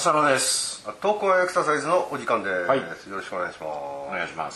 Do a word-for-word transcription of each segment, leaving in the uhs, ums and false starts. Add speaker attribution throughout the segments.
Speaker 1: 浅野です。
Speaker 2: 東京エクササイズのお時間です、
Speaker 1: はい、
Speaker 2: よろしくお願いします。
Speaker 1: お願いします。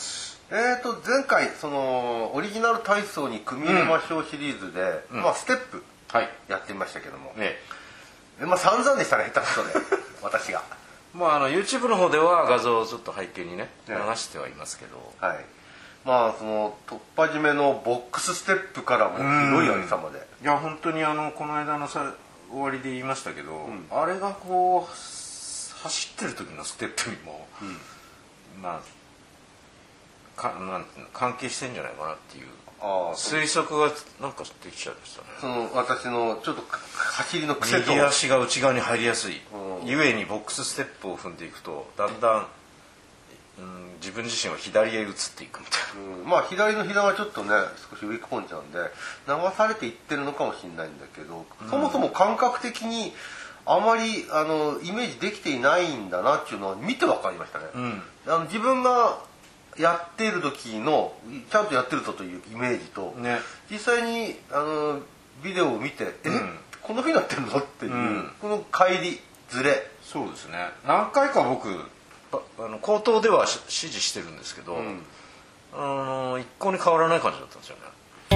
Speaker 2: えーと前回そのオリジナル体操に組み入れましょうシリーズで、うん、まあステップやってみましたけども、
Speaker 1: ね、
Speaker 2: まあ散々でしたね、下手くそで私が
Speaker 1: まああの YouTube の方では画像をちょっと背景にね流してはいますけど、
Speaker 2: はい、まあその突破締めのボックスステップからも広いありさまで、
Speaker 1: いや本当にあのこの間のさ終わりで言いましたけど、うん、あれがこう走ってる時のステップにも、うん、まあかなんていうの関係してんじゃないかなっていうあ推測がなんかできちゃいましたね。
Speaker 2: その私のちょっと走りの癖と
Speaker 1: 右足が内側に入りやすい、うん、ゆえにボックスステップを踏んでいくとだんだん、うん、自分自身は左へ移っていくみたい
Speaker 2: な、うん、まあ左の膝はちょっとね少しウィークポイントなんで流されていってるのかもしれないんだけど、うん、そもそも感覚的にあまりあのイメージできていないんだなっていうのは見て分かりましたね、うん、あの自分がやっている時のちゃんとやってるぞというイメージと、ね、実際にあのビデオを見て、うん、えこの日になってるのっていう、うん、この乖離ずれ
Speaker 1: そうですね。何回か僕あの口頭では指示してるんですけど、うん、あの一向に変わらない感じだったんですよね。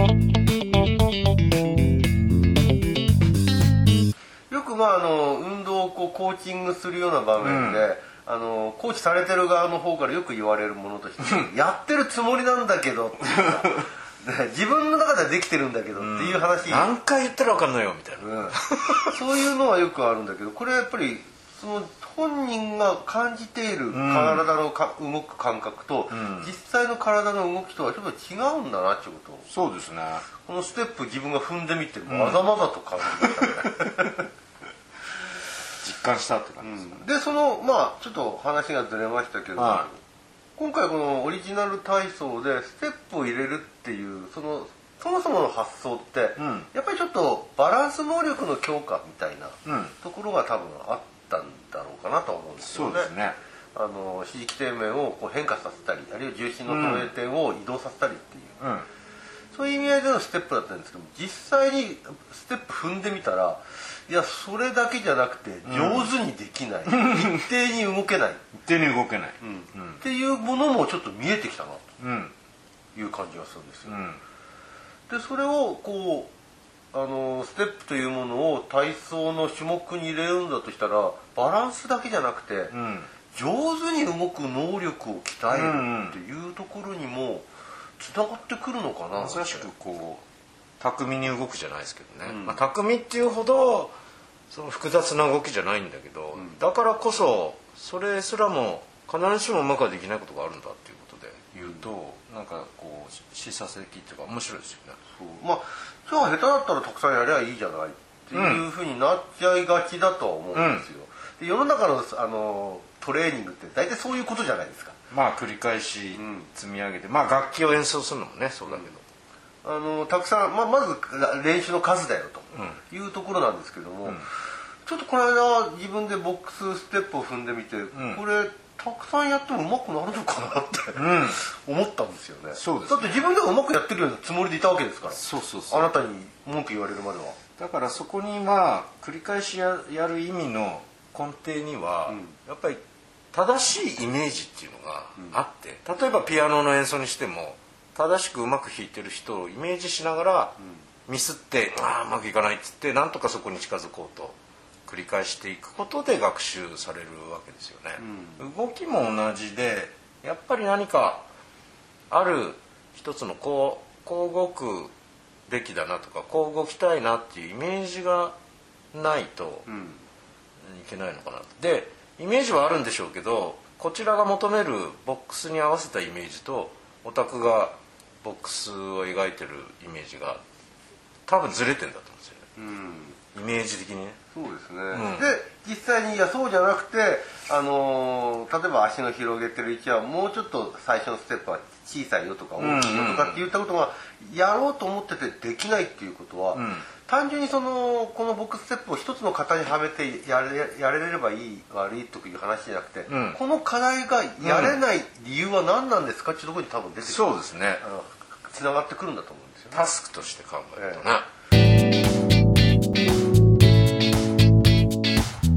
Speaker 2: よくまああの運動をこうコーチングするような場面で、うん、あのコーチされてる側の方からよく言われるものとしてやってるつもりなんだけどっていうか自分の中ではできてるんだけどっていう話、うん、
Speaker 1: 何回言ったら分かんないよみたいな、うん、
Speaker 2: そういうのはよくあるんだけど、これはやっぱりその本人が感じている体のか、うん、動く感覚と、うん、実際の体の動きとはちょっと違うんだなっていうことを
Speaker 1: そうですね。
Speaker 2: このステップ自分が踏んでみてまざまざと感じましたね、うん
Speaker 1: 実感したって感じですかね、
Speaker 2: うん、でそのまあちょっと話がずれましたけど、はい、今回このオリジナル体操でステップを入れるっていうそのそもそもの発想って、うん、やっぱりちょっとバランス能力の強化みたいなところが多分あったんだろうかなと思うんですよね。
Speaker 1: そうですね。
Speaker 2: あの支持基底面をこう変化させたり、あるいは重心の投影点を移動させたりっていう、うん、そういう意味合いでのステップだったんですけど、実際にステップ踏んでみたらいやそれだけじゃなくて上手にできない、うん、一定に動けない
Speaker 1: 一定に動けない、
Speaker 2: うんうん、っていうものもちょっと見えてきたなという感じがするんですよ、うん、でそれをこうあのステップというものを体操の種目に入れるんだとしたらバランスだけじゃなくて、うん、上手に動く能力を鍛えるっていうところにもつながってくるのかな。
Speaker 1: まさしくこう巧みに動くじゃないですけどね、うんまあ、巧みっていうほどその複雑な動きじゃないんだけど、うん、だからこそそれすらも必ずしもうまくはできないことがあるんだっていうことで言うと、うん、なんかこう示唆的っていうか面白いですよね。
Speaker 2: そうまあじゃあ下手だったらたくさんやりゃいいじゃないっていうふうになっちゃいがちだとは思うんですよ、うん、で世の中の、あのトレーニングって大体そういうことじゃないですか。
Speaker 1: まあ繰り返し積み上げて、うん、まあ楽器を演奏するのもねそうだけど、
Speaker 2: あのたくさん、まあ、まず練習の数だよというところなんですけども、うん、ちょっとこの間自分でボックスステップを踏んでみて、うん、これたくさんやってもうまくなるのかなって、うん、思ったんですよね。そうですね。だって自分ではうまくやってるようなつもりでいたわけですから。そうそうそう。あなたに文句言われるまでは。
Speaker 1: だからそこにまあ繰り返し や, やる意味の根底には、うん、やっぱり正しいイメージっていうのがあって、うん、例えばピアノの演奏にしても正しくうまく弾いてる人をイメージしながらミスって、うん、ああうまくいかないって言ってなんとかそこに近づこうと繰り返していくことで学習されるわけですよね、うん、動きも同じでやっぱり何かある一つのこうこう動くべきだなとかこう動きたいなっていうイメージがないといけないのかなと。でイメージはあるんでしょうけどこちらが求めるボックスに合わせたイメージとオタクがボックスを描いてるイメージが多分ずれてんだと思うんですよね、うん、イメージ的にね。
Speaker 2: そうですね、うん、で実際にいやそうじゃなくて、あのー、例えば足の広げてる位置はもうちょっと最初のステップは小さいよとか大きいよとかって言ったことがやろうと思っててできないっていうことは、うん、単純にそのこのボックスステップを一つの型にはめてやれ、やれればいい悪いという話じゃなくて、うん、この課題がやれない理由は何なんですかっていうところに多分出てくる、
Speaker 1: そうですね、
Speaker 2: つながってくるんだと思うんですよね。
Speaker 1: タスクとして考えるとね、
Speaker 2: ええ、あ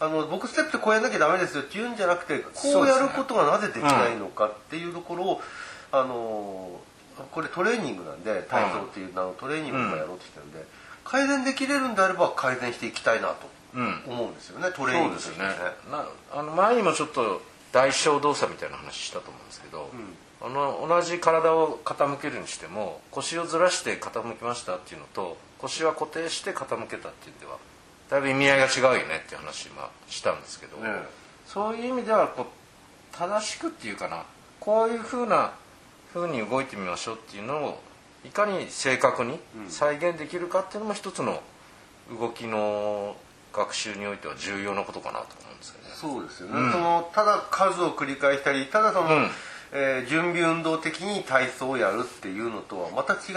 Speaker 2: の僕ステップってこうやんなきゃダメですよって言うんじゃなくて、こうやることがなぜできないのかっていうところを、うん、あのこれトレーニングなんで、体操っていう名のトレーニングをやろうとしてるんで、うん、改善できれるんであれば改善していきたいなと思うんですよね、うん、トレーニングとしてね。
Speaker 1: そうですね。あの前にもちょっと代償動作みたいな話したと思うんですけど、うん、あの同じ体を傾けるにしても腰をずらして傾きましたっていうのと腰は固定して傾けたっていうのではだいぶ意味合いが違うよねっていう話を今したんですけど、うん、そういう意味ではこう正しくっていうかな、こういうふうなふうに動いてみましょうっていうのをいかに正確に再現できるかっていうのも一つの動きの学習においては重要なことかなと思うんですけどね。
Speaker 2: そうですよね、うん、そのただ数を繰り返したり、ただその、うん、えー、準備運動的に体操をやるっていうのとはまた違って、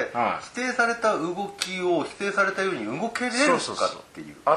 Speaker 2: はい、指定された動きを指定されたように動けれるかっていう、そうそうそう、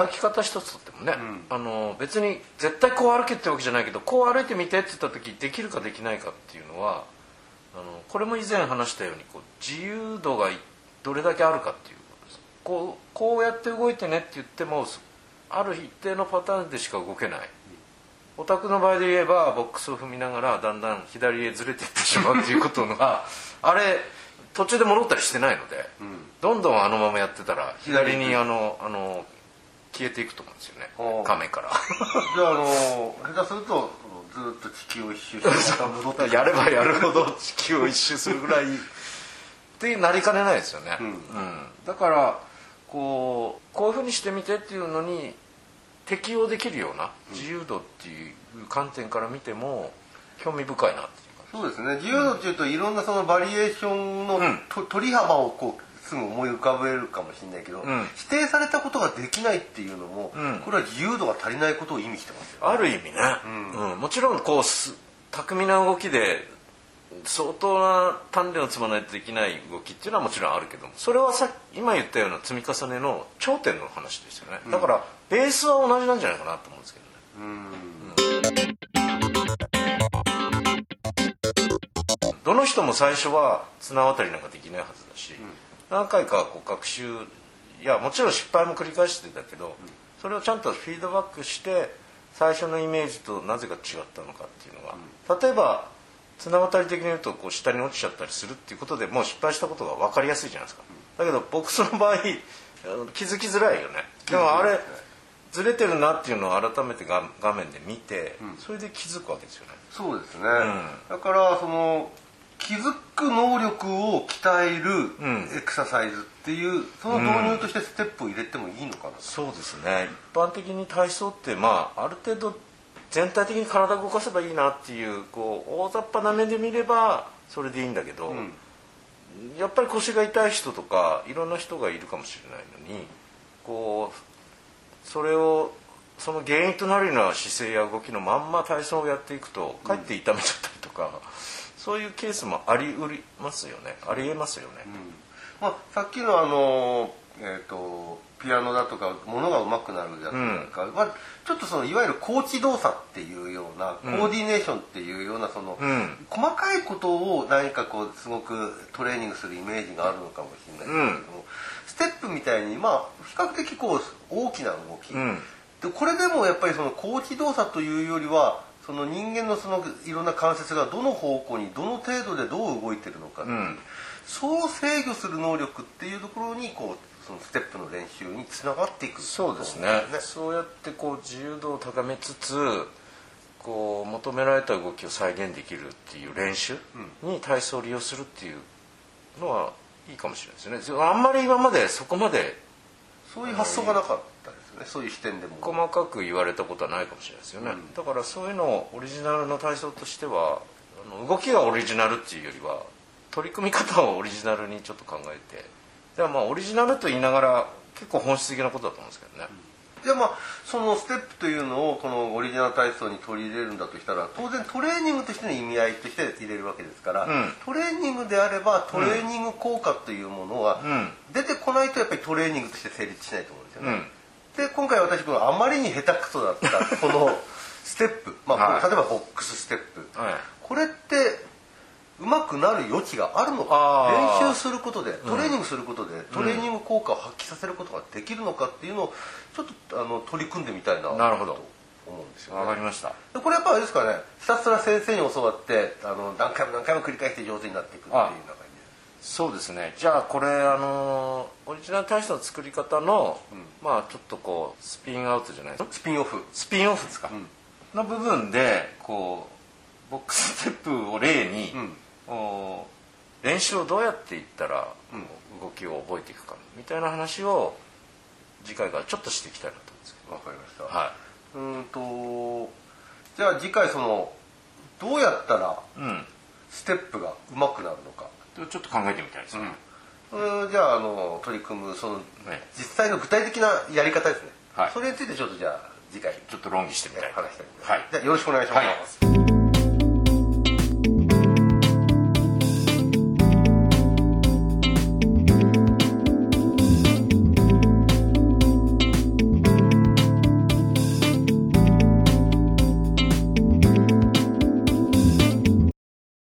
Speaker 1: 歩き方一つとってもね、うん、あの別に絶対こう歩けってわけじゃないけど、こう歩いてみてって言った時できるかできないかっていうのは、あのこれも以前話したようにこう自由度がどれだけあるかっていうことです。こう、こうやって動いてねって言ってもある一定のパターンでしか動けない。オタクの場合で言えばボックスを踏みながらだんだん左へずれていってしまうっていうことがあれ途中で戻ったりしてないので、うん、どんどんあのままやってたら左にあのあの消えていくと思うんですよね、画面から。
Speaker 2: じゃあ、あの下手するとずっと地球を一周して戻って
Speaker 1: やればやるほど地球を一周するぐらいってなりかねないですよね、うんうん、だからこうこういうふうにしてみてっていうのに適用できるような自由度っていう観点から見ても興味深いなっていう
Speaker 2: 感じ。そうですね、自由度っていうといろんなそのバリエーションの、うん、と取り幅をこうすぐ思い浮かべるかもしれないけど、うん、指定されたことができないっていうのも、うん、これは自由度が足りないことを意味してますよね。
Speaker 1: ある意味ね、うんうん、もちろんこう巧みな動きで相当な鍛錬を積まないとできない動きっていうのはもちろんあるけども、それはさ今言ったような積み重ねの頂点の話ですよね、だからベースは同じなんじゃないかなと思うんですけどね。うん、どの人も最初は綱渡りなんかできないはずだし、うん、何回かこう学習、いやもちろん失敗も繰り返してたけど、うん、それをちゃんとフィードバックして最初のイメージとなぜか違ったのかっていうのが、うん、例えば綱渡り的に言うとこう下に落ちちゃったりするっていうことでもう失敗したことが分かりやすいじゃないですか、だけどボックスの場合気づきづらいよね。でもあれずれてるなっていうのを改めて画面で見て、うん、それで気づくわけですよね。
Speaker 2: そうですね、うん、だからその気づく能力を鍛えるエクササイズっていう、うん、その導入としてステップを入れてもいいのかな、うん、
Speaker 1: そうですね。一般的に体操ってまあある程度全体的に体を動かせばいいなっていうこう大雑把な目で見ればそれでいいんだけど、うん、やっぱり腰が痛い人とかいろんな人がいるかもしれないのに、こうそれをその原因となるような姿勢や動きのまんま体操をやっていくとかえって痛めちゃったりとか、うん、そういうケースもありうりますよね。ありえますよね、うん、
Speaker 2: まあ、さっきのあのえっ、ー、とピアノだとか物が上手くなるやつなんか、うん、まあ、ちょっとそのいわゆるコーチ動作っていうような、うん、コーディネーションっていうようなその、うん、細かいことを何かこうすごくトレーニングするイメージがあるのかもしれないですけれども、うん、ステップみたいにまあ比較的こう大きな動き、うん、でこれでもやっぱりそのコーチ動作というよりはその人間のそのいろんな関節がどの方向にどの程度でどう動いてるのかっていう、うん、そう制御する能力っていうところにこうそのステップの練習につながっていく。
Speaker 1: そうですね。そうやってこう自由度を高めつつこう求められた動きを再現できるっていう練習に体操を利用するっていうのはいいかもしれないですね。あんまり今までそこまで
Speaker 2: そういう発想がなかったですよね。そういう視点でも
Speaker 1: 細かく言われたことはないかもしれないですよね、うん、だからそういうのをオリジナルの体操としてはあの動きがオリジナルっていうよりは取り組み方をオリジナルにちょっと考えて、ではまあオリジナルと言いながら結構本質的なことだと思うんですけどね、
Speaker 2: うん、でまあそのステップというのをこのオリジナル体操に取り入れるんだとしたら当然トレーニングとしての意味合いとして入れるわけですから、うん、トレーニングであればトレーニング効果というものは出てこないとやっぱりトレーニングとして成立しないと思うんですよね、うん、で今回私このあまりに下手くそだったこのステップ、まあ、はい、例えばボックスステップ、はい、これってうまくなる余地があるのか、練習することでトレーニングすることで、うん、トレーニング効果を発揮させることができるのかっていうのをちょっとあの取り組んでみたいなと思うんですよね。
Speaker 1: わかりました。
Speaker 2: でこれやっぱあれですかね、ひたすら先生に教わってあの何回も何回も繰り返して上手になっていくっていうような感じで。
Speaker 1: そうですね。じゃあこれあのオリジナル体操の作り方の、うん、まあちょっとこうスピンアウトじゃないですか。
Speaker 2: スピンオフ。
Speaker 1: スピンオフですか。うん、の部分でこうボックスステップを例に、うん、練習をどうやっていったら、うん、動きを覚えていくかみたいな話を次回からちょっとしていきたいなと思うんですけど。
Speaker 2: わかりました。
Speaker 1: はい。
Speaker 2: うんとじゃあ次回そのどうやったらステップが上手くなるのか、
Speaker 1: うん、ちょっと考えてみたいですね。
Speaker 2: うん、じゃああの取り組むその、ね、実際の具体的なやり方ですね。はい。それについてちょっとじゃあ次回
Speaker 1: ちょっと論議してみたい。
Speaker 2: 話したい。
Speaker 1: はい。
Speaker 2: じゃあよろしくお願いします。はい。